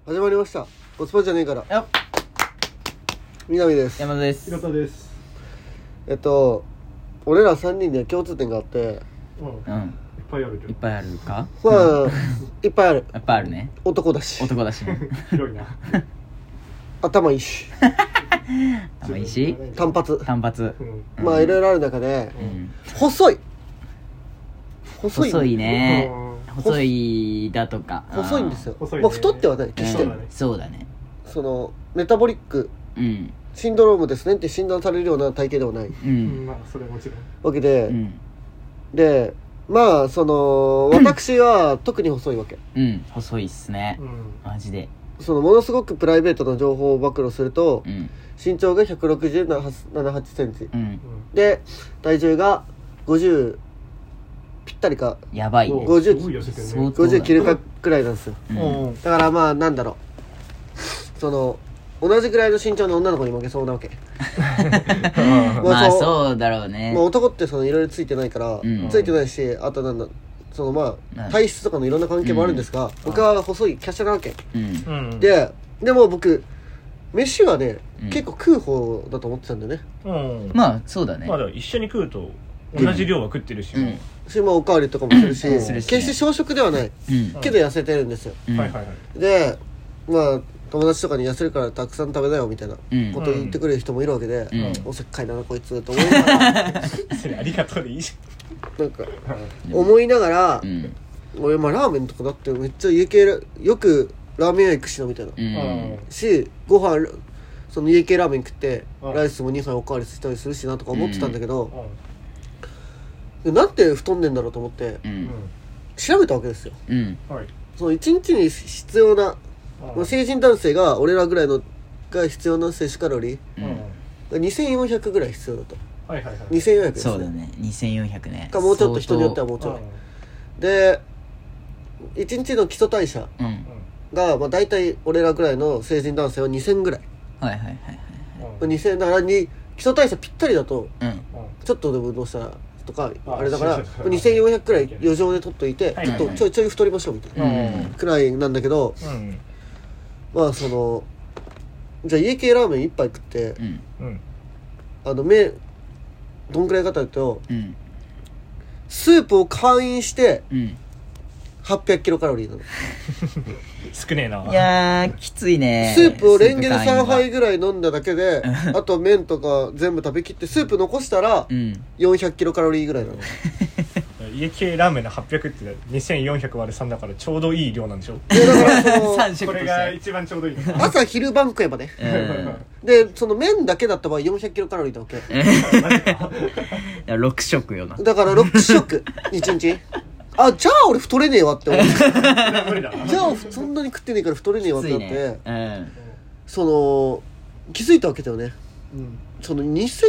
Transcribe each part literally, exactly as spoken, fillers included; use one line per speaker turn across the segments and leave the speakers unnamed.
始まりました。おつぱじゃねえから。
よっ、
南です。
山田です。
平田です。
えっと俺らさんにんには共通点があって、
うん、
うん、
いっぱいあるけど
いっぱいあるか。
まあいっぱいある。
いっぱいあるね。
男だし
男だしね。
広いな。
頭いいし
頭いいし
単発
単発、
うん、
まあいろいろある中で、
うん、
細い細い
細いね。
うん
細いだとか
細いんですよ。
細いね。
まあ、太ってはない決して、
うん
そうだね
そうだね。
そのメタボリック
うん
シンドロームですねって診断されるような体型ではない
う
うんん、まあそれはもちろん。
わけで、
うん
でまあその私は特に細いわけ。
うん細いっすね
う。ん、
マジで。
そのものすごくプライベートな情報を暴露すると、
うん
身長がひゃくろくじゅうなな、はちセンチ
うん
で体重がごじゅうぴったりか
やばいね。
ごじゅう
すごい痩せてる
相
ね。
ごじゅう切るかくらいなんですよ。
うん
うん、
だからまあなんだろう、その同じくらいの身長の女の子に負けそうなわけ。
まあ
そう
そうだろうね
まあ、。男ってそのいろいろついてないから、
うん
ついてないし、あとなんだそのま
うん
あ体質とかのいろんな関係もあるんですが、僕は細い華奢なわけ
うん
うん、
で、でも僕飯はね、
うん
結構食う方だと思ってたんだよね。
うん、
まあそうだね。
まあでも一緒に食うと同じ量は食ってるし、
うん
も
しまあおかわりとかもするし、
うん
するしね
決して小食ではない
うん
けど痩せてるんですよ。
うん
はいはいはい。
でまあ友達とかに痩せるからたくさん食べなよみたいな
うん
ことを言ってくれる人もいるわけで、
うん
おせっかいだなこいつと思いながら
それありがとうでいいじ
なんか
ゃん。
思いながら、
うん
俺まあラーメンとかだってめっちゃ家系ラよくラーメン屋行くしなみたいな、
うん
しご飯その家系ラーメン食って
うん
ライスもにはいおかわりしたりするしなとか思ってたんだけど、
う
でなんで太んでんだろうと思って
うん
ん、
調べたわけですよ。
うん
うん、はい。
そのいちにちに必要な、まあ、成人男性が俺らぐらいのが必要な摂取カロリー
うん、うん、
がにせんよんひゃくぐらい必要だと。
はいはいはい。
にせんよんひゃくですね。
そうだね。にせんよんひゃくね。
かもうちょっと人によってはもうちょいでいちにちの基礎代謝
うんはい
が、まあ、大体俺らぐらいの成人男性はにせんぐらい、
はいはいはい
うん、
まあ、にせんだからに基礎代謝ぴったりだと
うん
うん、
ちょっとでもどうしたらとか
あ
あれだから
そうそうそう
にせんよんひゃくくらい余剰で取っといて
はい
ちょっとちょいちょい太りましょうみたいな
うん
くらいなんだけど、
うん、
まあそのじゃあ家系ラーメン一杯食って
うん
うん、
あの麺どんくらいかというと
うん
スープを会員して
うん
はっぴゃくキロカロリーなの。
少ねえな。
いやーきついね。
スープをレンゲで
スープ会員は
さんはいぐらい飲んだだけであと麺とか全部食べきってスープ残したら
うん
よんひゃくキロカロリーぐらいなの。
家系ラーメンのはっぴゃくってにせんよんひゃく割るさんだからちょうどいい量なんでしょ。
でだからその
三食とし
これが
て。
一番ちょうどいい。
朝昼晩食えばねでその麺だけだった場合よんひゃくキロカロリーだわけ
うん。六食よな。
だからろく食いちにちあじゃあ俺太れねえわって思って
無理だな。
じゃあそんなに食ってねえから太れねえわってなって、
きついね。うん。
その気づいたわけだよね。
うん、
そのにせん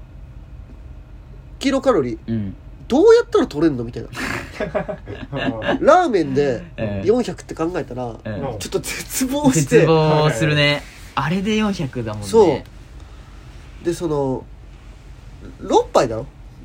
キロカロリー
うん。
どうやったら取れんのみたいな。ラーメンで
うん
よんひゃくって考えたら、
うん
ちょっと絶望して
絶望するね。あれでよんひゃくだもんね。
そうでそのろっぱいだろ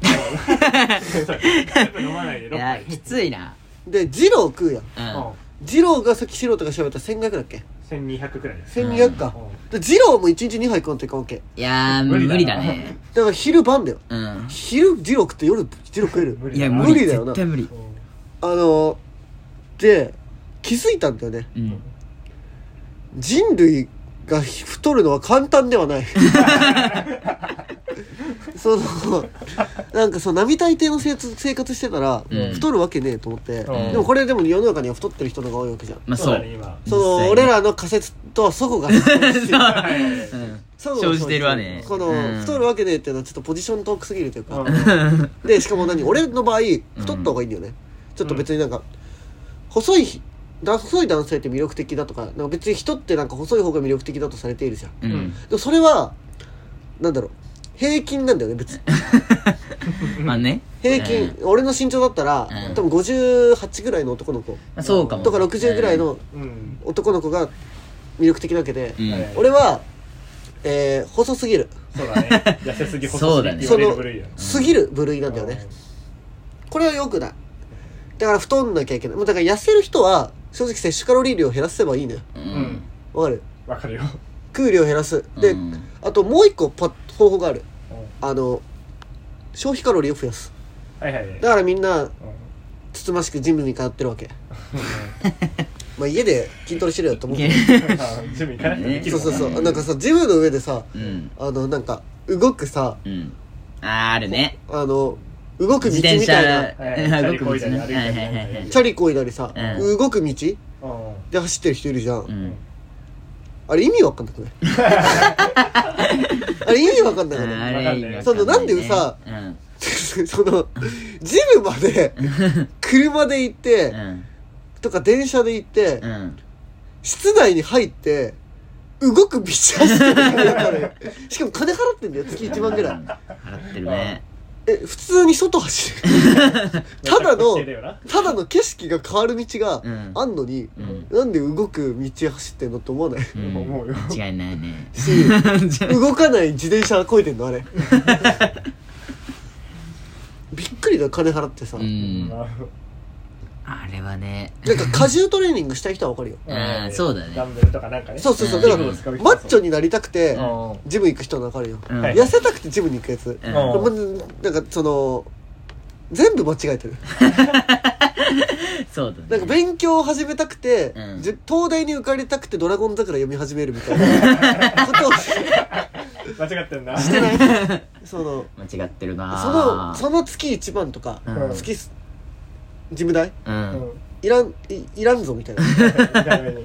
飲まないで
い
ろっぱい。
やきついな。
で二郎食うやん。
うん。
二郎がさっき素人が調べたらせんごひゃくだっけ
せんにひゃくくらいです。
せんにひゃくか、で二郎もいちにちにはい食わんといかんわけ
いやー無
無理だな
理だね。
だから昼晩だよ。
うん。
昼二郎食って夜二郎食える
無理だな
いや無理
無理だよな
絶対無理。
うん
あので気づいたんだよね。
うん。
人類が太るのは簡単ではないそのなんかその並大抵の生活生活してたら、
うん
太るわけねえと思って、
うん
でもこれでも世の中には太ってる人の方が多いわけじゃん。
まあそう。
そうだね今。
その
実際ね
俺らの仮説とはそこが
そう
はい
そこが
生じてるわね
この、
うん
太るわけねえっていうのはちょっとポジション遠くすぎるというか、
うん
でしかも何俺の場合太った方がいいんだよね、ちょっと別になんか細い細い男性って魅力的だとか、なんか別に人ってなんか細い方が魅力的だとされているじゃん。
う
うん
ん。
でもそれはなんだろう平均なんだよね別に
まあね。
平均、俺の身長だったら、
うん
多分ごじゅうはちぐらいの男の子
まあそうかも。
とかろくじゅうぐらいの
うん。
男の子が魅力的なわけで、
うん。
はい
俺は、えー細すぎる
そうだね。痩せすぎ細すぎって言われる部類だよ。
すぎる部類なんだよね。これは良くない。だから太んなきゃいけない。もうだから痩せる人は正直摂取カロリー量を減らせばいいのよ。
う
うんん。
わかる？
わかるよ。
食う量減らすで、
うん、
あともう一個パ方法がある。
うん、
あの消費カロリーを増やす。
はいはいはい。
だからみんな
うん、
つつましくジムに通ってるわけ。まあ家で筋トレしてるよと思う。
あジム行かなくてできるもんな。
そうそうそう。なんかさジムの上でさ、
うん、
あのなんか動くさ、
うん、あーあるね。
あの動く道みたいな、
はいはい、動く道ね、歩いたり
はいはいはいはい、
チャリこいだりさ、
うん、
動く道
うん
で走ってる人いるじゃん。
うん、
あれ意味わかんなくない？あれ意味わかんないよね。
あれ意味わかんないね。
そのなんでさ、
うん、
そのジムまで車で行って、
うん、
とか電車で行って、
うん、
室内に入って動く道走ってるからね。しかも金払ってんだよ、月いちまんぐらい。
払ってるね。
え普通に外走る。ただの
めちゃくちゃだよな。
ただの景色が変わる道が
うん
あんのに、
うん
なんで動く道走ってんのって思わない？
うん、
思うよ。
間違いないね。
し動かない自転車こいでんのあれ。びっくりだよ、金払ってさ、
う
なん
ん、あれはね、
か荷重トレーニングしたい人は分かるよ。
あーそうだね。
ダンベルとかなんかね。
そうそうそう、
うん
だからマッチョになりたくて
うん
ジム行く人は分かるよ、
うん
はい
痩せたくてジムに行くやつ、
うん
まなんかその全部間違えてる。
そうだね。
なんか勉強を始めたくて、
うん
じ東大に受かりたくてドラゴン桜読み始めるみたいなことをし
間違ってんな。
してないその
間違ってるな
そのその月いちまんとか、
うん
月すジム代
う
うんん。
いらん い, いらんぞみたいな
ダメに。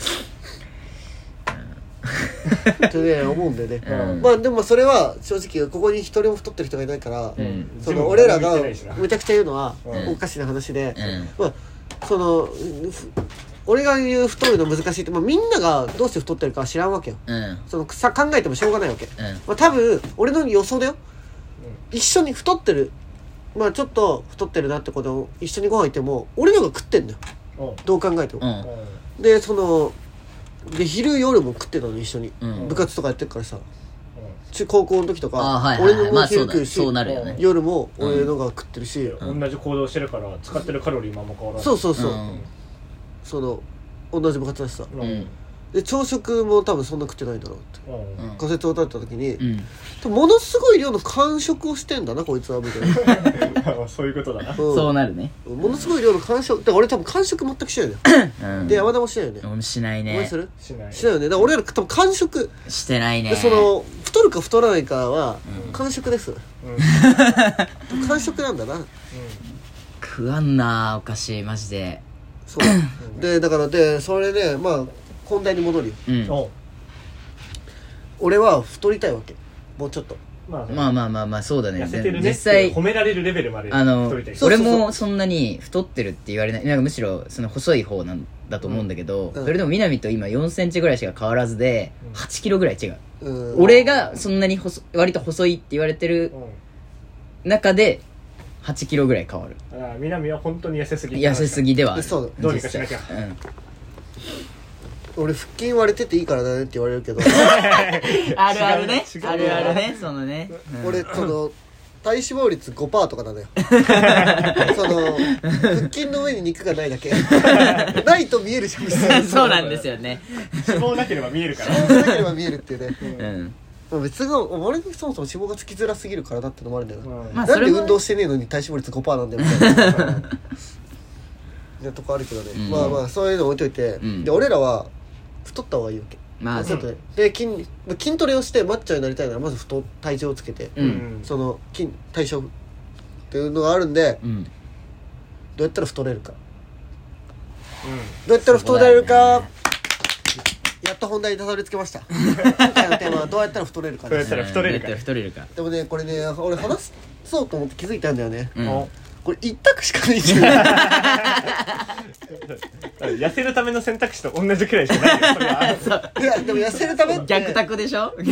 ってね思うんだよね、
うん
まあでもそれは正直ここに一人も太ってる人がいないから、
うん
その俺らが
ジムも行ってないしな
めちゃくちゃ言うのは
うん
おかしな話で、
うん
まあそのふ俺が言う太るの難しいって、まあ、みんながどうして太ってるかは知らんわけよ。
うん
そのさ考えてもしょうがないわけ、
うん
まあ、多分俺の予想だよ、一緒に太ってる、まあちょっと太ってるなってことを一緒にご飯行っても俺らが食ってんだよ、
うん。
どう考えても、
うん
でそので昼夜も食ってたの一緒に、
うん
部活とかやってるからさ、中高校の時とか、
あはいはいはい、
俺のも
まあそうだ
昼食うし、
そうなるよね。
夜も俺のが食ってるし、
うん。同じ行動してるから使ってるカロリーもあんま変わらない。
そうそうそう、
うん
その同じ部活だしさ、
う。
うんん
で朝食も多分そんな食ってないんだろうって
うん。
仮説を立てた時に、
うん
多分ものすごい量の間食をしてんだなこいつはみたいな、
そういうことだな。
うん
そうなるね。
ものすごい量の間食だから俺多分間食全くしないのよ、
うん
で山田もしないよね、
俺もしないね
お前す。る
しない。
しないよね。だから俺ら多分間食
してないね。
でその太るか太らないかは
うん
間食です、
うん。うん。
間食なんだな。
食わんなお菓子マジで。
そうでだからでそれでまあ本題に戻るよ。
うん
おう。
俺は太りたいわけ、もうちょっと。
まあね、
まあまあまあまあそうだね。
痩せてるね
実際
褒められるレベルまで
あの
太りたい。
そうそうそう
俺もそんなに太ってるって言われない。なんかむしろその細い方なんだと思うんだけど、
うん
それでも南と今よんセンチぐらいしか変わらずで
うん
はちキロぐらい違う。
うん、
俺がそんなに細割と細いって言われてる
うん。
中ではちキロぐらい変わる。
ああ、南は本当に痩せすぎ。
痩せすぎではある。
そう
どうにかしなきゃ
実際うん
俺腹筋割れてていいからだねって言われるけど
あるあるね
違う。
あるあるね。そのね。うん
俺その体脂肪率 ごパーセント とかなのよその腹筋の上に肉がないだけないと見えるじゃん別に
そうなんですよね。
脂肪なければ見えるから。
脂肪がなければ見えるっていうね、
うん。
まあ、別に俺そもそも脂肪がつきづらすぎるからだってのもあるんだよな、
うん
まあ
なんで
それも
運動してねえのに体脂肪率 ごパーセント なんだよみたいななとこあるけどね、
うん
まあまあそういうの置いといて、
うん
で俺らは太った方がいいわけ、
まあ
ちょっとねで筋筋トレをしてマッチョになりたいならまず太体重をつけて、
うん
その筋代謝っていうのがあるんで、
うん。
どうやったら太れるか
うん。
どうやったら太れるか、
そうだよね
やっと本題にたどり着けました今回のテーマはどうやったら太れるかです
どうやったら太れるか
どうやったら太れるか。
でもねこれね俺話そうと思って気づいたんだよね、
うん。
お
これ一択しかないじゃん
痩せるための選択肢と同じくらいしかないよそれは。
いやでも痩せるためって
逆択でしょ。
その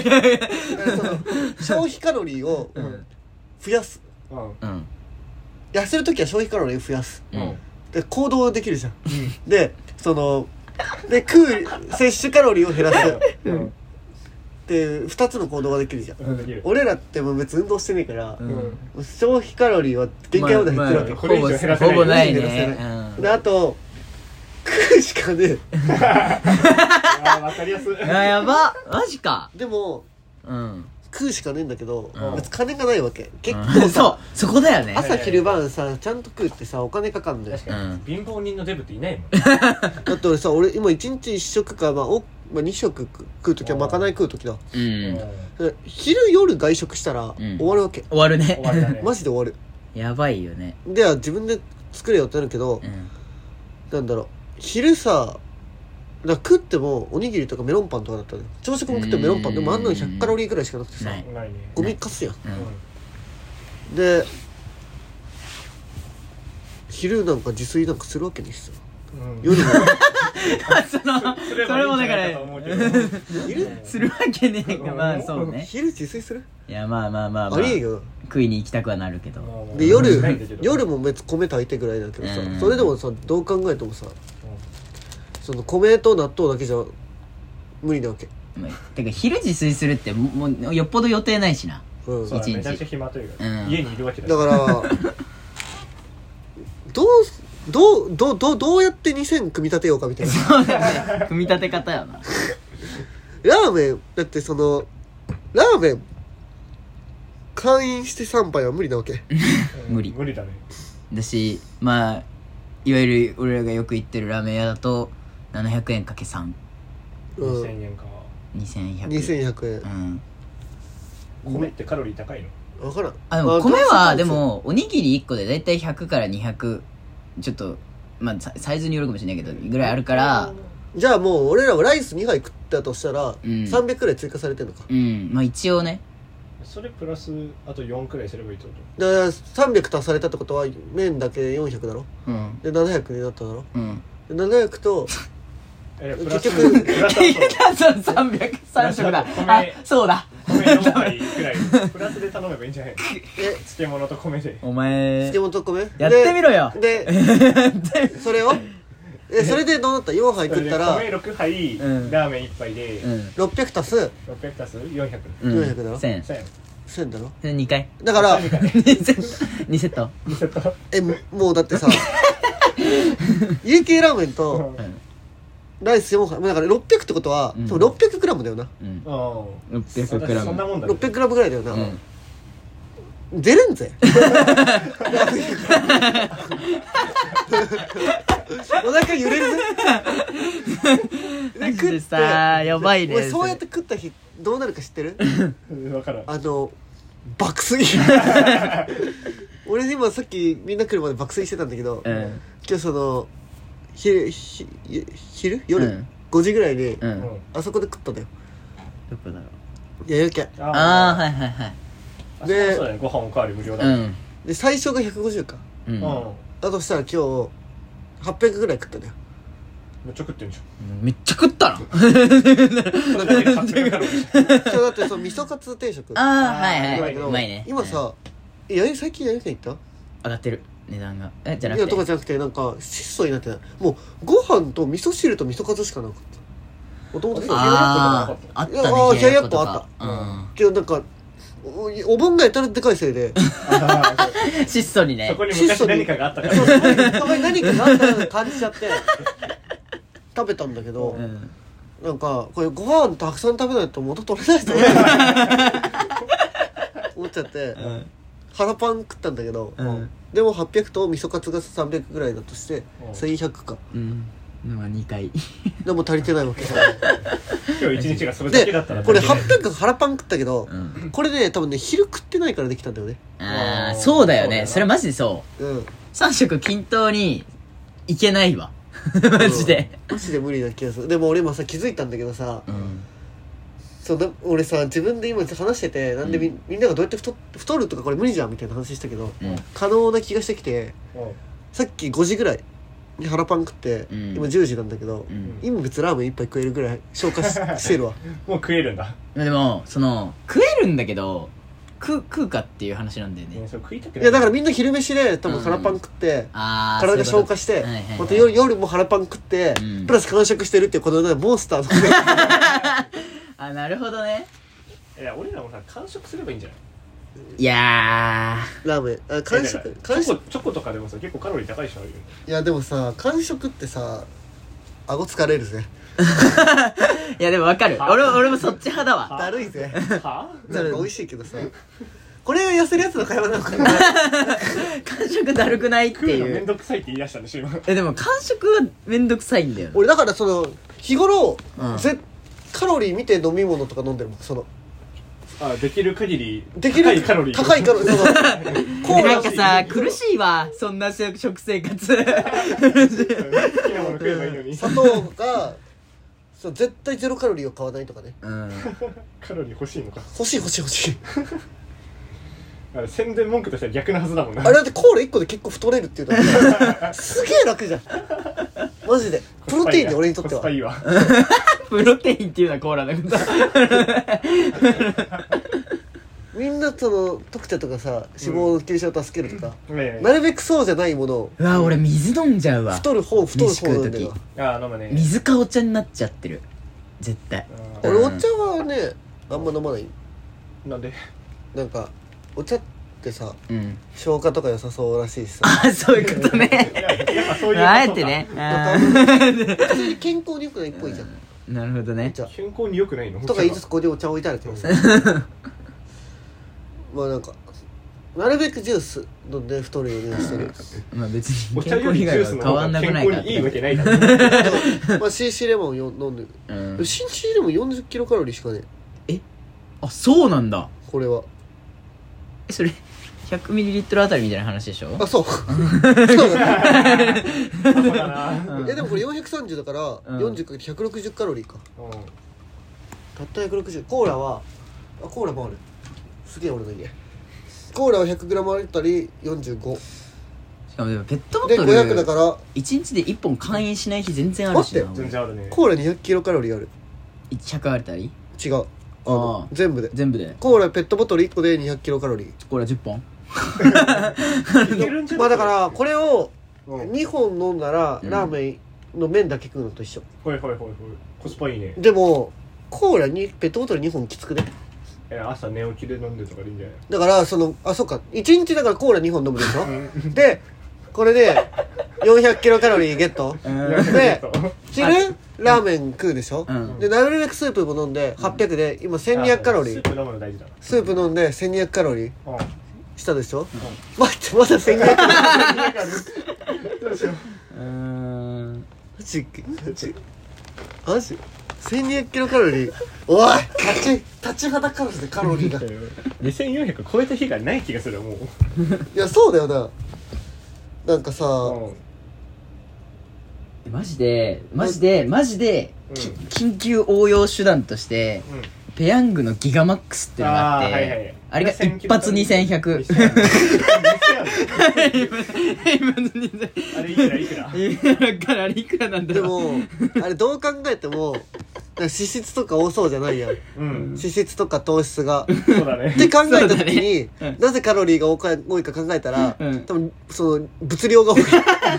消費カロリーを
うん
増やす、
うん。
うん
痩せるときは消費カロリーを増やす
うん
で行動できるじゃん、でそので食う摂取カロリーを減らす
うん。
っていうふたつの行動ができるじゃん、
うんできる
俺らってもう別に運動してねえから、
うん
もう消費カロリーは限界まで減ってるわけ、
これ以上減らせない
ほぼない
減らせ
ね。
ない
うん
であと食うしかねえ
あーわかりやすい。
あやばマジか。
でも
うん
食うしかねえんだけど、
うん
別に金がないわけ結構
うんそ
さ
うそこだよね。
朝昼晩さちゃんと食うってさお金かかんだよ。
確かに、
うん
貧乏人のデブっていないもん。
だって俺さ俺今いちにちいっ食か、まあおまあ、に食食う時はまかない食う時だ。
うん
で昼夜外食したら
うん
終わるわけ、
終わるね
終わりだね。
マジで終わる。
やばいよね。
では自分で作れよってなるけど、
うん
なんだろう昼さだ食ってもおにぎりとかメロンパンとかだったのよ。朝食も食ってもメロンパンでもあんなのひゃくカロリーぐらいしかなくてさ
ない
ないね。
ゴミかすやん。
うん
で昼なんか自炊なんかするわけにしさ
うん。うん。
夜も
その
すれ
それも
ばいいんじゃない
だから
かと思うけど。
昼
するわけねえか。まあそうね。
昼自炊する
いやまあまあまあま
ありえんよ。
食いに行きたくはなるけど。
で夜
しないんだけど
夜も別に米炊いてぐらいだけどさ、
うん
それでもさどう考えてもさその米と納豆だけじゃ無理なわけ。
まあてか昼自炊するってももうよっぽど予定ないしな。
うん、
そう
だ
だねめちゃくちゃ暇というか、
うん
家にいるわけだ
からどうどうどうどうどうやってにせん組み立てようかみたいな。
そうだね。組み立て方やな。
ラーメンだってそのラーメン会員してさんぱいは無理なわけ。
うん
無理
無理だね。
だしまあいわゆる俺らがよく行ってるラーメン屋だとななひゃくえんかけさん
うん
にせんえんか。
にせんひゃく
にせんひゃくえん
うん
米ってカロリー高いの？
分からん。
あでも米はで
どう
もおにぎりいっこでだいたいひゃくからにひゃくちょっとまあササイズによるかもしれないけどぐらいあるから
じゃあもう俺らはライスにはい食ったとしたら、
うん
さんびゃくくらい追加されてるのか。
うんまあ一応ね
それプラスあとよんくらいすればいいってこと？
だからさんびゃく足されたってことは麺だけでよんひゃくだろ。
うん
でななひゃくになっただろ。
うん
でななひゃくと
えプラス
結局
プラスあと
そうさんびゃくさん食だ
米
あそうだ
米よんはいくらいプラスで頼めばいいんじゃないの？
え
漬物と米で。
お前
漬物と米
やってみろよ
ででそれをえそれでどうなったよんはい食ったら
米ろくはい、
うん
ラーメンいっぱいで、
うん
ろっぴゃく足す
ろっぴゃく足すよんひゃく、
うん
よんひゃくだろ
せん
せん
せんだろ。
にかい
だから
にセットにセット
にセット。
えももうだってさ家系ラーメンとライスよんはいだからろっぴゃくってことは、
うん
多分ろっぴゃくグラムだよな。
うん
うん
ろっぴゃくグラム
そんなもんだ
ろっぴゃくグラムぐらいだよな、
うん
出るんぜお腹揺れるぜ
マジでさやばいね
俺そうやって食った日どうなるか知ってる？
うん分からん。
あの爆睡俺今さっきみんな来るまで爆睡してたんだけど、
うん
今日その昼ひ昼夜、
うん
ごじぐらいに、
うん
あそこで食ったんだよ。
どこだろう
いややけん
ああはいはいはい
あ
で
そうだね、ご飯おかわり無料だね。
うん
で最初がひゃくごじゅうか。
うん
うん
だとしたら今日はっぴゃくぐらい食ったんだよ。
めっちゃ食ってんじ
めっちゃ食ったな
ゃん。それだけではっぴゃくカロリー。
今日だってその味噌カツ定食
ああはい
あー
はいううまいね
今さ、えや最近やるけん行っ
上がってる値段がえじゃ
た？いや
なくて
とかじゃなくてなんか質素になってない。もうご飯と味噌汁と味噌カツしかなかったもともと。
あああったね
いやあー
冷ややっこと
冷ややっ
かうん
けどなんかおお盆がやたらでかいせいで
あー
質素にね
そこに昔何かがあったから。
そうそこにそこに何かがあったような感じちゃって食べたんだけど、
うん
なんかこれご飯たくさん食べないと元取れないと思っちゃって、
うん
腹パン食ったんだけど、
うん
でもはっぴゃくと味噌カツがさんびゃくぐらいだとして
うん
せんひゃくか。
うんまあにかい
でも足りてないわけ
今日一日がそれだけだったら
でこれはっぴゃく腹パン食ったけど、
うん
これね多分ね昼食ってないからできたんだよね。
ああそうだよねそれマジでそう
うん
さん食均等にいけないわマジで
マジで無理な気がする。でも俺今さ気づいたんだけどさ、
うん
そうだ俺さ自分で今話しててなんでみ,、みんながどうやって太太るとかこれ無理じゃんみたいな話したけど、
うん
可能な気がしてきて
うん
さっきごじぐらいに腹パン食って、
うん
今じゅうじなんだけど、
うん
今別にラーメン一杯食えるぐらい消化ししてるわ。
もう食えるんだ。
でもその食えるんだけど食う食うかっていう話なんだよね
ねそれ食いたくない。
いやだからみんな昼飯で多分腹パン食って、
ああ
体が消化して、
はいはいはい
また夜夜も腹パン食って、
うん
プラス完食してるっていうこのねモンスターの
あなるほどね
いや俺らもさ完食すればいいんじゃない？
いや
ラーメンあ完食
チ
完食
ョコチョコとかでもさ結構カロリー高い人あるよね。
いやでもさ完食ってさ顎疲れるぜ。
いやでもわかる、俺俺もそっち派だわ。
だるいぜ。
は
なんか美味しいけどさ、これが痩せるやつの会話なのかな。
完食だるくないって
食うのめ
いう。
んどくさいって言い出したんでしょ今。
えでも完食はめんどくさいんだよね。
俺だからその日頃、
うん
ぜカロリー見て飲み物とか飲んでるもん。その
あ、できる限り
できる
高いカロリー
高いカロリー。そのコーラ
なんかさ苦しいわそんな食生活。
好きなもの食えばいいのに
砂糖がそう絶対ゼロカロリーを買わないとかね。
うん
カロリー欲しいのか。
欲しい欲しい欲しい。
あれ宣伝文句としては逆なはずだもんな。
あれだってコーラいっこで結構太れるっていうのはすげえ楽じゃんマジで。プロテインで俺にとっては
コスパいいわ。
プロテインっていうのはコーラだけど
みんなその特茶とかさ脂肪の吸収を助けるとか、
ね
なるべくそうじゃないものを
うわ俺水飲んじゃうわ。
太る方太る
飯食う時
方なんだよ。
あ、飲むね。
水かお茶になっちゃってる絶対。
うん
俺お茶はねあんま飲まない。
なんで
なんかお茶ってさ
うん
消化とか良さそうらしいしさ
あそういうことね。
いややっぱそういうことか
あえてね。あ
普通に健康に良くないっぽいじゃん
ーなるほどね。
お茶
健康に良くないの
とか言いつつここでお茶置いてあるけどさまあなんかなるべくジュース飲んで太るようにはしてる
まあ別に
お茶
健康以
よりジュース
外は変わん
の方が
なくないか
健康にいいわけないだろ。
まあ シーシー レモンよ飲んでる。
うん、
シーシー レモンよんじゅっキロカロリーしかね
あそうなんだ。
これは。
えそれひゃくミリリットル あたりみたいな話でしょ。
あそうそうだね
そうだな。
うん
えでもこれよんひゃくさんじゅうだから
うん
よんじゅうかけるひゃくろくじゅうカロリーか。
うん
たったひゃくろくじゅう。コーラはあコーラもある。すげえ俺の家コーラは ひゃくグラム あたりよんじゅうご
しかもでもペットボ
で
ト
ごひゃくだ
ル
から
いちにちでいっぽん開飲しない日全然あるしな。
待
全然あるね。
コーラにひゃくキロカロリーある。
ひゃくあたり
違うあの
あー
全部で
全部で
コーラペットボトルいっこでにひゃくキロカロリー。
コーラじゅっぽん。
いけるんじゃない
まあだからこれを
うん
にほん飲んだら
うん
ラーメンの麺だけ食うのと一緒。
ほいほいほいほい。コスパいいね。
でもコーラにペットボトルにほんきつくね。
え、朝寝起きで飲んでとかでいいんじゃない？
だからそのあそうかいちにちだからコーラにほん飲むでしょでこれでよんひゃくキロカロリーゲットで昼ラーメン食うでしょ、
うん
でなるべくスープも飲んではっぴゃくで今せんにひゃくカロリー
スープ飲むの大事だな。
スープ飲んでせんにひゃくカロリー
うん。
したでしょ、待ってまだせんにひゃくカロリー
どうしよ
うーん
マジマジマジせんにひゃくキロカロリーおい立ち立ちはだかるぜカロリーが
う。にせんよんひゃく超えた日がない気がするもう。
いやそうだよななんかさ、
うん
マジでマジでマジで、
うん
き緊急応用手段としてペヤングのギガマックスっていうのがあって
あーはいはい
あれが一発にせんひゃく。
あれいくらいくら
いやだからあれいくらなんだろう。
でもあれどう考えても脂質とか多そうじゃないやん。
うん
脂質とか糖質が
そうだね
って考えた時に、
そうだねうん
なぜカロリーが多か多いか考えたら、
うん
多分その物量が多い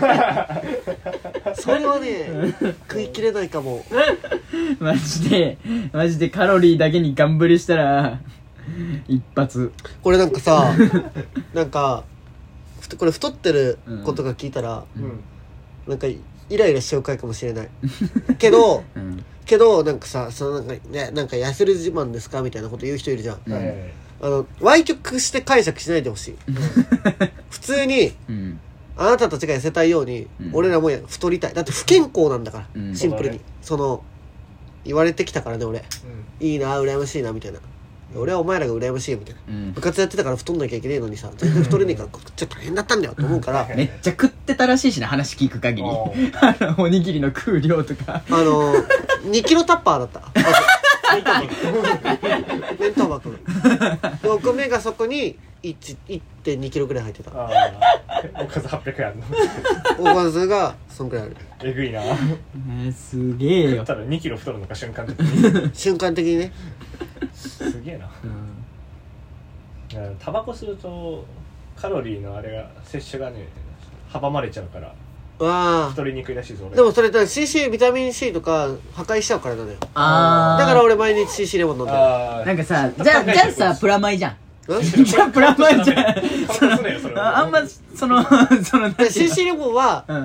それはね食い切れないかも。
マジでマジでカロリーだけにガンブリしたら一発。
これなんかさなんかふとこれ太ってることが聞いたら、
うん
なんかイライラしちゃう回かもしれないけど
うん
けどなんかさそのなんかねなんか痩せる自慢ですかみたいなこと言う人いるじゃん。
うん
はいはいはい
あの歪曲して解釈しないでほしい普通に
うん
あなたたちが痩せたいように、
うん
俺らも太りたい。だって不健康なんだから、
うん
シンプルにそ,、の言われてきたからね俺
うん
いいな羨ましいなみたいな、俺はお前らが羨ましいみたいな、
うん
部活やってたから太んなきゃいけねえのにさ全然太れねえから食っちゃ大変だったんだよと思うから
めっちゃ食ってたらしいしな話聞く限り
おう
あのおにぎりの食う量とか
あのにキロタッパーだった弁当箱でお米がそこに いってんにキロぐらい入ってた。
ああおかずはっぴゃくえんあるの
おかずがそんくらいある
えぐいな
えーすげえよ。
ただにキロ太るのか瞬間的に
瞬間的にね。
すげえな
うん
いやタバコ吸うとカロリーのあれが摂取がね阻まれちゃうから
わあ
太りにくいらしいぞ俺
でもそれだ シーシー ビタミン C とか破壊しちゃうからなのよ。
あー
だから俺毎日 シーシー レモン飲んでる。
あ
なんかさじゃあじゃあさプラマイじゃん。
うん
じゃあプラマイじゃん。
タバコ吸うなよそれは
ああんまそのそのなんていうの
シーシー レモンは
うん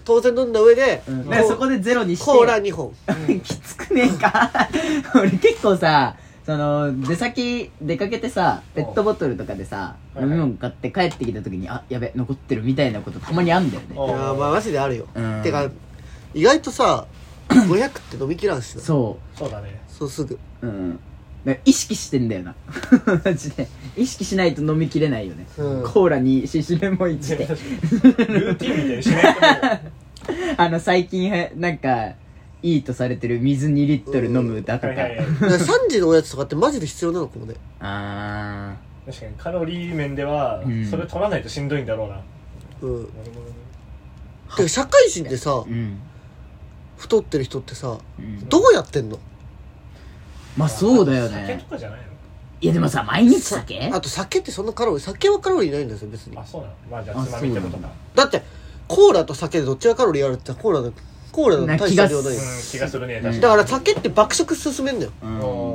当然飲んだ上で、
うん、
こう
だからそこでゼロにして
コーラにほん
きつくねえか俺結構さその出先出かけてさペットボトルとかでさ飲み物買って帰ってきた時にあやべ残ってるみたいなことたまにあんだよね。
いやまあマジであるよ、
うん、
てか意外とさごひゃくって飲みきらんしな
そう
そうだね
そうすぐ
うんだから意識してんだよなマジで意識しないと飲みきれないよね、うん、コーラにシシレモンいちでル
ーティンみたいにしないと
あの最近なんかいいとされてる水にリットル飲むだとか、
さんじのおやつとかってマジで必要なのかもね。
あ
ー確かにカロリー面ではそれ取らないとしんどいんだろうな。うん、
てか社会人でさ、うん、太ってる人ってさ、うん、どうやってんの？
まあそうだよね。
酒とかじゃないの？
いやでもさ毎日酒？
あと酒ってそんなカロリー酒はカロリーないんですよ別に。
あそうなの。まあじゃあつまみってことか。
だってコーラと酒でどっちがカロリーあるってコーラのコーラの大した量ない、うん、
気がするね。確かに。
だから酒って爆食進めんだよ、うん、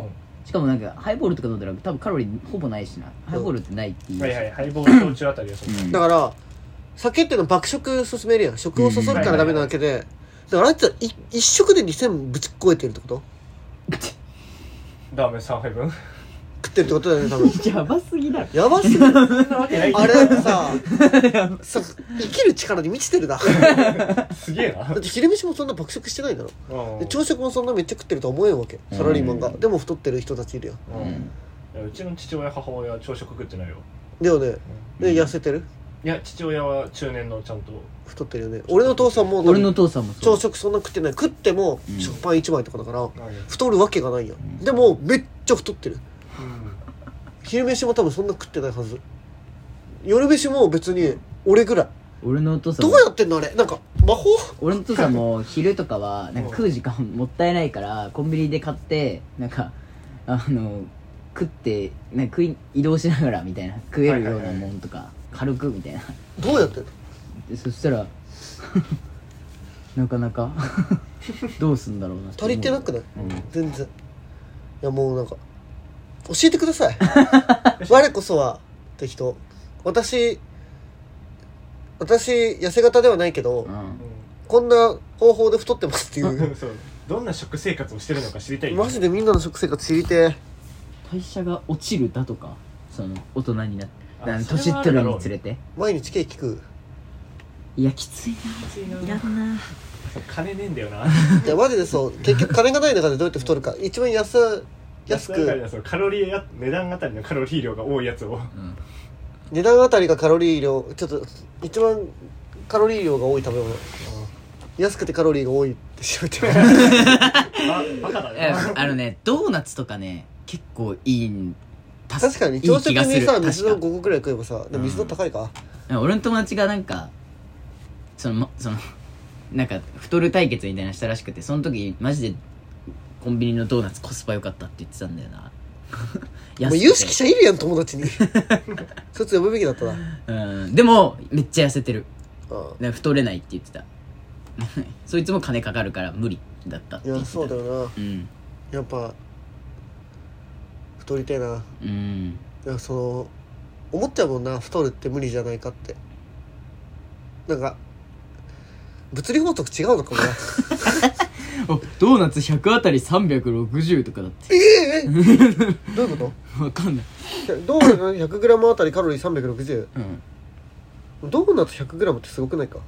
しかもなんかハイボールとか飲んだら多分カロリーほぼないしな、うん、ハイボールってないっていう、
はいはいハイボール焼酎あたりはそう、
うん、だから酒ってのは爆食進めるやん、食をそそるからダメなわけで、だからあいつは一食でにせんぶち超えてるってこと
ダメさんはいぶん
食ってるってことだよね多分
やばすぎだ
やばすぎだあれだってささ生きる力に満ちてるな
すげえな。
だって昼飯もそんな爆食してないだろ、で朝食もそんなめっちゃ食ってるとは思えんわけ、サラリーマンが、でも太ってる人たちいるよ、
うん、いやうちの父親母親は朝食食ってないよ。
だよね、で痩せてる？
いや父親は中年のちゃんと
太ってるよね。俺の父さんも
俺の父さんも
朝食そんな食ってない、食っても食パンいちまいとかだから、うん、太るわけがないやん、うん、でもめっちゃ太ってる、うん、昼飯も多分そんな食ってないはず、夜飯も別に俺ぐらい。
俺のお父さん
どうやってんのあれ、なんか魔法。
俺のお父さんも昼とかはなんか食う時間もったいないからコンビニで買ってなんかあの食ってなんか食い移動しながらみたいな食えるようなもんとか軽くみたいな。
どうやってんの？
でそしたらなかなかどうすんだろうな。
足りてなくない？うん、全然。いやもうなんか教えてください我こそはって人。私私痩せ型ではないけど、うん、こんな方法で太ってますっていう
そうどんな食生活をしてるのか知りたい。
マジでみんなの食生活知りて。
代謝が落ちるだとか、その大人になって年取るにつれて
毎日ケーキ食う。
いやきついな、いらんな。
金ねえんだよな。
いやマジでそう、結局金がない中でどうやって太るか、一番安安く
カロリーや値段あたりのカロリー量が多いやつを、うん、値
段あたりがカロリー量ちょっと一番カロリー量が多い食べ物、うん、安くてカロリーが多いってしめてる
バカだね。
あのねドーナツとかね結構いいん
確かに朝食にさ水のごこくらい食えばさ、でも水の高いか、
うん、俺の友達がなんかそのそのなんか太る対決みたいなのしたらしくて、その時マジでコンビニのドーナツコスパ良かったって言ってたんだよな
もう有識者いるやん友達にそいつ呼ぶべきだったな。
うんでもめっちゃ痩せてる、うん、太れないって言ってたそいつも金かかるから無理だったって言ってた。
いやそうだよな、うん、やっぱ太りたいな。うん、いやその思っちゃうもんな、太るって無理じゃないかって。なんか物理法則違うのかもな
ドーナツひゃくあたりさんびゃくろくじゅうとかだって。
ええー、どういうこ
とわかんない。
ドーナツ ひゃくグラム あたりカロリーさんびゃくろくじゅう、うん、ドーナツ ひゃくグラム ってすごくないか。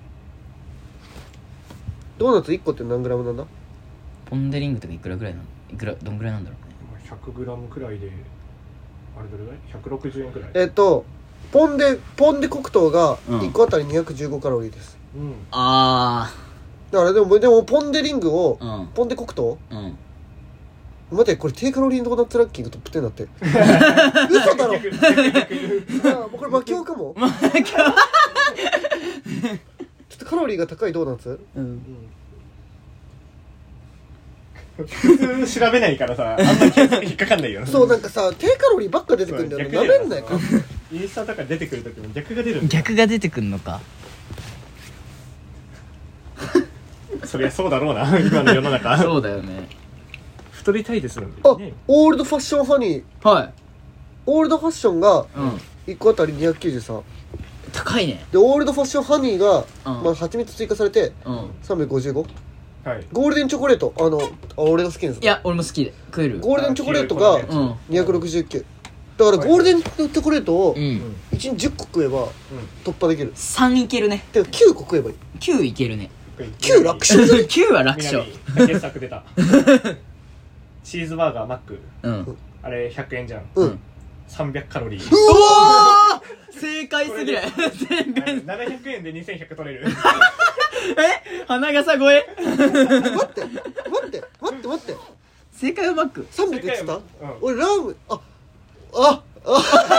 ドーナツいっこって何グラムなんだ。
ポンデリングとかいくらぐらいなの、いくらどんぐらいなんだろうね。
ひゃくグラム くらいであれどれぐらいひゃくろくじゅうえんくらい。
えっとポンデポンデ黒糖がいっこあたりにひゃくじゅうごカロリーです、うん、
ああ
だからでもでもポンデリングを、うん、ポンデ黒糖、うん、待ってこれ低カロリードーナツランキングトップじゅうだって嘘だろあこれ魔境かもちょっとカロリーが高いドーナツ、うんうん
普通調べないからさ、あんまり検索引っかかんないよ
そうなんかさ低カロリーばっか出てくるんだよね。なめんないか
インスタとか出てくるときも逆が出るんだよ。
逆が出てくるのか
そりゃそうだろうな今の世の中
そうだよね。
太りたいですもんね。
あオールドファッションハニー、
はい、
オールドファッションがいっこあたりにひゃくきゅうじゅうさん、
高いね。
でオールドファッションハニーが、
うん
まあ、蜂蜜追加されて
うん
さんびゃくごじゅうご。
はい
ゴールデンチョコレートあのあ俺が好きなやつ
いや俺も好きで食える。
ゴールデンチョコレートが
あ黄色い粉のやつ
うん
にひゃくろくじゅうきゅうだからゴールデンチョコレートを
うん
いちにちじゅっこ食えば突破できる
さんいけるね。
てかきゅうこ食えばいい
きゅういけるね。
きゅう楽勝
きゅうは楽勝。
南傑作出たチーズバーガーマック
うん
あれひゃくえんじゃん
うん
さんびゃくカロリー
うわ
正解すぎる。正解。
ななひゃくえんでにせんひゃく取れる
え花笠超え。
ー待って待って待って待って
正解はマック。
さんびゃく言ってた
うん
俺ラーメンあああ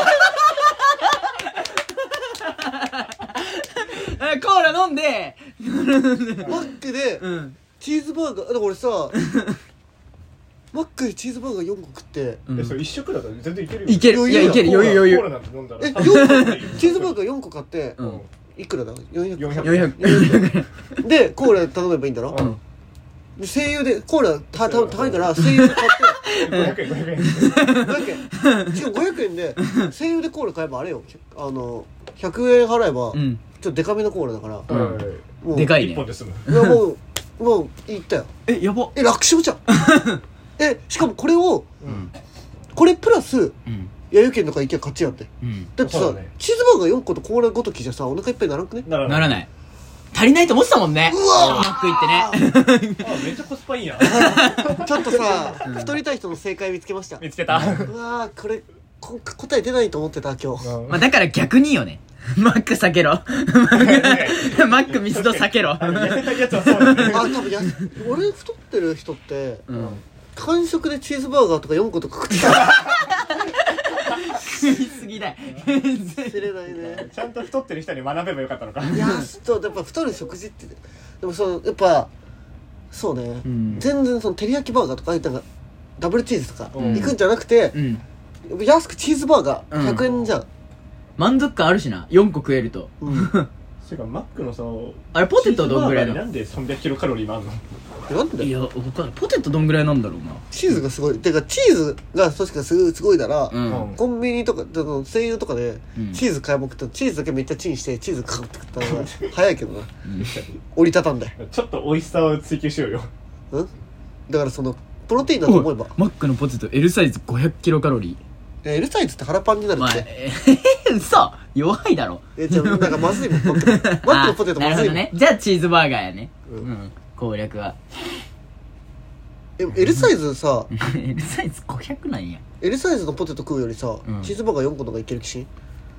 えコーラ飲んで。
マックで
うん
チーズバーガーだから俺さマックでチーズバーガーよんこ食って
うん
えそれ一食だから全然いけるよ
いける。いやいける。余裕余裕。
コーラなんて飲んだら
え
多分
よんこチーズバーガーよんこ買って
うん
いくらだよんひゃく
よんひゃく
よんひゃく。
でコーラ頼めばいいんだろ
うん
で声優でコーラたた高いから声優で買って
ごひゃくえんごひゃくえん
ごひゃくえんしかもごひゃくえんで声優でコーラ買えばあれよあのひゃくえん払えばちょ
うん
っとデカめのコーラだから
うん
はい
もう
一
でかいね。
本で済む
いやもうもういったよ
えやば。
え楽勝じゃんえしかもこれを
うん
これプラス
うん
やゆけんとか行けば勝ちやって
うん
だってさ、
そうだね
チーズバーガーよんことコーラごときじゃさお腹いっぱいにならんくね
なら
ならない。足りないと思ってたもんね。
うわー
マック行ってね。
あめっちゃコスパいいやん
ちょっとさ太りたい人の正解見つけました
見つけた
うわーこれこ答え出ないと思ってた今日
まあだから逆によね。マック避けろ。マックマックミスド避けろ。
痩せたいやつはそうだね
あ多分や俺太ってる人って
うん。
間食でチーズバーガーとかよんことか食ってた
食いすぎだよ。
知れないね
ちゃんと太ってる人に学べばよかったのか
いやそうやっぱ太る食事ってでもそのやっぱそうね、
うん
全然その照り焼きバーガーとかなんかダブルチーズとか
うん
行くんじゃなくて
う、ん。
安くチーズバーガー
うん
ひゃくえんじゃん、
満足感あるしな。よんこ食えると。
うん
それからマックのさ
あれポテトどんぐらいなの？
チーズバーガーになんでさんびゃくキロカロリーもあんの
なんでだよ
いや、わかんない。ポテトどんぐらいなんだろうな。
チーズがすごいてかチーズが確かすすごいなら、
うん。
うん
コンビニとかあの声優とかで
うん
チーズ買いまくったらチーズだけめっちゃチンしてチーズかかって食ったら早いけどな
うん
折りたたんで
ちょっと美味しさを追求しようよ
うんだからそのプロテインだと思えば
マックのポテト L サイズごひゃくキロカロリ
え L サイズって腹パンにな
ー。まあ、
るって
えー、嘘弱いだろ。
えじゃあなんかまずいもんマックのマックのポテト
あな
まずいもん、
るほどね。じゃあチーズバーガーやね。
う
うんん。攻略は。
え L サイズさ
L サイズごひゃくなんや。
L サイズのポテト食うよりさ、
うん
チーズバーガーよんことかいける気しん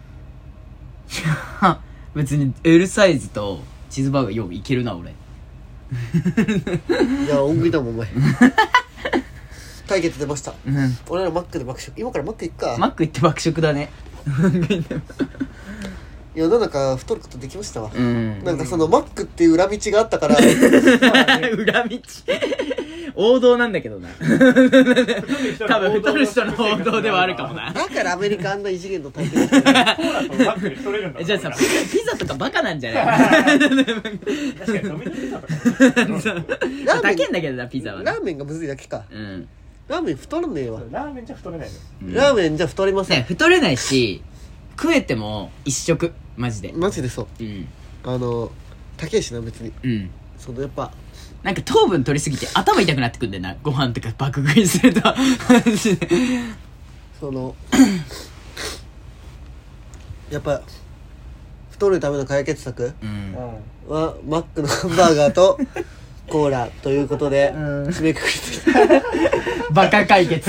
別に L サイズとチーズバーガーよういけるな俺。
いや大食いだもんお前対決出ました
うん。
俺らマックで爆食今からマック行くか、
マック行って爆食だね。
世の中太ることできましたわ、
うん。
なんかそのマックっていう裏道があったから
裏道。王道なんだけどな。多分太る人の王道ではあるかもな。
だからアメリカあんな異次元の対決
コーラとマックで太れるんだ
えじゃあさ、ピザピザとかバカなんじゃない
確かに飲みのピザとか
ラーメン
高いんだけどな、ピザはね
ラ。ーメンがむずいだけか
うん。
ラーメン太らねえわ、
ラーメンじゃ太れないの
ラーメンじゃ太りません、
ね、太れないし、食えても一食。マジで。
マジでそう
うん。
あの高いしな別に
うん。
そのやっぱ
なんか糖分取りすぎて頭痛くなってくんだよな。ご飯とか爆食いすると。マジで
そのやっぱ太るための解決策
うん。
はマックのハンバーガーとコーラということで
うん
締めくくりて
バカ解決。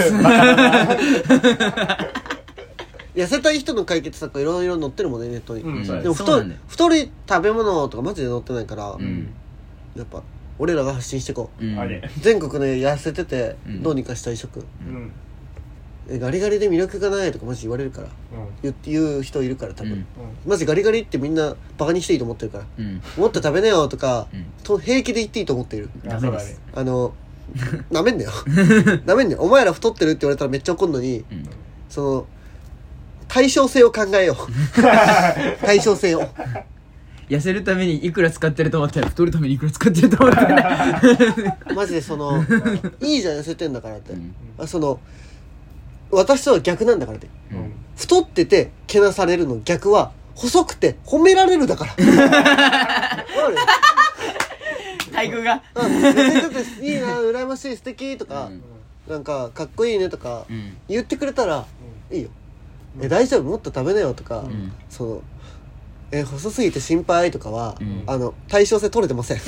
痩せたい人の解決策いろいろ載ってるもんねネットに、
うんそうだね
でも太る
そうなんだよ。
太り食べ物とかマジで載ってないから、
うん。
やっぱ俺らが発信してこう
うん。
あれ
全国で痩せてて
うん
どうにかしたい食、
うん
えガリガリで魅力がないとかマジ言われるから
うん
言って言う人いるから多分、
うん
マジガリガリってみんなバカにしていいと思ってるから
うん。
もっと食べなよとか、
うん
と平気で言っていいと思っている
うん
ダメです
あのなめんなよなめんなよお前ら太ってるって言われたらめっちゃ怒んのに
うん。
その対称性を考えよう対称性を
痩せるためにいくら使ってると思ったら太るためにいくら使ってると思ったら。
マジでそのいいじゃん痩せてんだからって、
うん
あその私とは逆なんだからって
うん
太っててけなされるの逆は細くて褒められるだからわかる？
体育が
うん痩せてていいな羨ましい素敵とか、
うん
なんかかっこいいねとか
うん
言ってくれたらいいよ、
うん
え大丈夫もっと食べなよとか、
うん
そのえ細すぎて心配とかは、
うん
あの対称性取れてません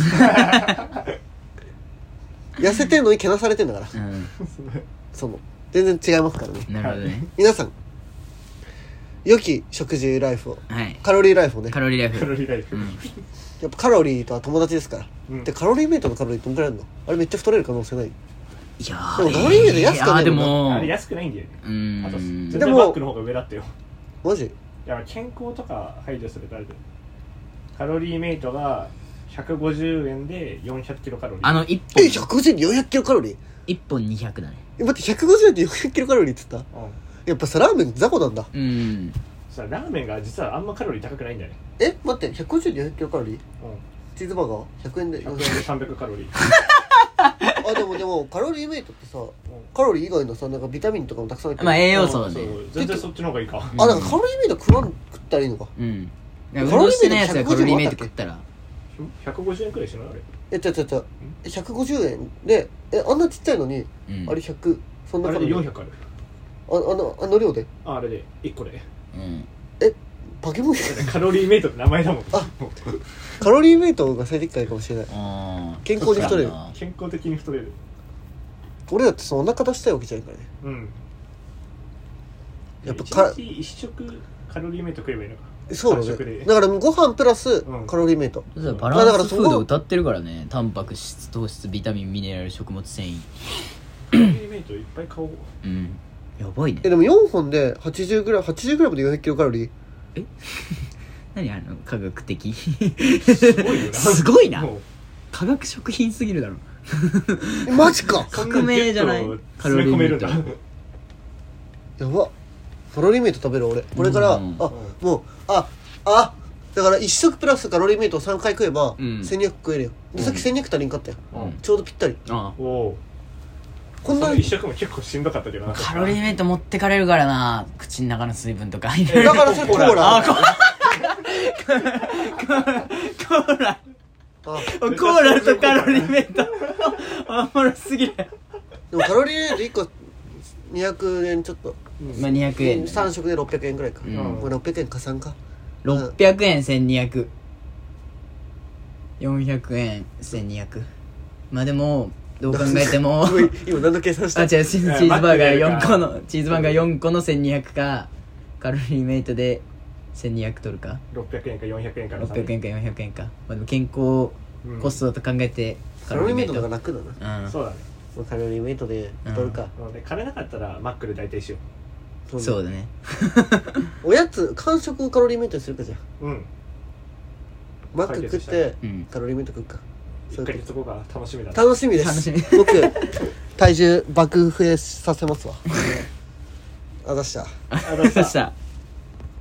痩せてんのにけなされてんだから
うん
その全然違いますからね。
なるほどね
皆さん良き食事ライフを
はい
カロリーライフをね
カロリーライフ
カロリーライフ、
うん
やっぱカロリーとは友達ですから、
うん
でカロリーメイトのカロリーどんくらいあるの？あれめっちゃ太れる可能性ない？
いや
でもカロリーメイト安くない
いやで
もん
も
あれ安くないんだよね。
うー
あと全
ん
然
でも
マックの方が上だったよ。
マジ？
いや健康とか排除するとあれでカロリーメイトがひゃくごじゅうえんでよんひゃくキロカロリー。
あの一
え
本
ひゃくごじゅうえんでよんひゃくキロカロリー？
一本にひゃくだね
え待ってひゃくごじゅうえんでよんひゃくキロカロリーって言った
うん
やっぱさラーメン雑魚なんだ。
うん
さラーメンが実はあんまカロリー高くないんだよね。
え待ってひゃくごじゅうえんでよんひゃくキロカロリー？
うん
チーズバーガーひゃくえんでよんひゃく
ひゃくえんでさんびゃくカロリー。
あでもでもカロリーメイトってさカロリー以外のさなんかビタミンとかもたくさん入ってる。
まあ栄養素だ
うん
ね
そう全然そっちの方がいいか。
あだからカロリーメイト食わん食ったらいいのか。
うん
カロリーメイト
運動してないやつがカロリーメイト食ったら
ひゃくごじゅうえんくらいしないあれ。
えちゃちゃちゃひゃくごじゅうえんでえあんなちっちゃいのに、
うん
あれひゃくそんな
あれで
カロリー
よんひゃくある。
ああのあの量で
ああれでいっこで。
うん
えバケモン
だってカロリーメイトって名前だもん。
あカロリーメイトが最適解かもしれない。
あー
健康に太れる
そっか
健康的に太れる。
俺だってそのお腹出したいわけじゃないからね。
うん。
やっぱか
一日一食カロリーメイト食えばいいのか。
そうだ
三食で
ねだからご飯プラス
うん
カロリーメイト、
そしたらバ
まあだか
ランス
らそこ
フード歌ってるからねタンパク質糖質ビタミンミネラル食物繊維
カロリーメイトいっぱい買おう。
うんやばいね
えでもよんほんで はちじゅうグラムはちじゅうグラムでよんひゃくキロカロリー。
何あの科学的
すごいよな。
すごいな
もう
化学食品すぎるだろ
えマジか
革命じゃない
そんなギュッと詰め込めるんだ。
カロリ
やばカロリーメイト食べる俺これから、
うん
あもうああだからいっ食プラスカロリーメイトをさんかい食えば、
うん
せんにひゃく食えるよでさっきせんにひゃく足りんかったよ、
うん
ちょうどぴったり。
あ
おお。
こんな
その一食も結構しんどかったけどな。
カロリーメイト持ってかれるからな口の中の水分とか
だからそれコーラ
あコーラコーラ
あ
コーラとカロリーメイトおもろすぎる
でもカロリーメイトいっこにひゃくえんちょっと
まあにひゃくえん
さん食でろっぴゃくえんくらいか、
うん
これろっぴゃくえん加算か。
ろっぴゃくえんせんにひゃくよんひゃくえんせんにひゃくまあでもどう考えても
今今何の計算した
あ違うチーズチーズバーガーよんこのチーズバーガーよんこのせんにひゃくかカロリーメイトでせんにひゃく取るか
ろっぴゃくえんかよんひゃくえんから
ろっぴゃくえんかよんひゃくえんかまあでも健康コストだと考えて
カロリーメイトの方が楽だな。
うん
そうだね。
もうカロリーメイトで取るか、
うんで金なかったらマックで代替しよ
そうだね
おやつ間食をカロリーメイトにするかじゃあ
う。うん。
マック食って
うん
カロリーメイト食うか。
いっかげつごが楽しみだね。
楽しみです。
楽しみ
僕体重爆増えさせますわ。あざした。
あのさ
さ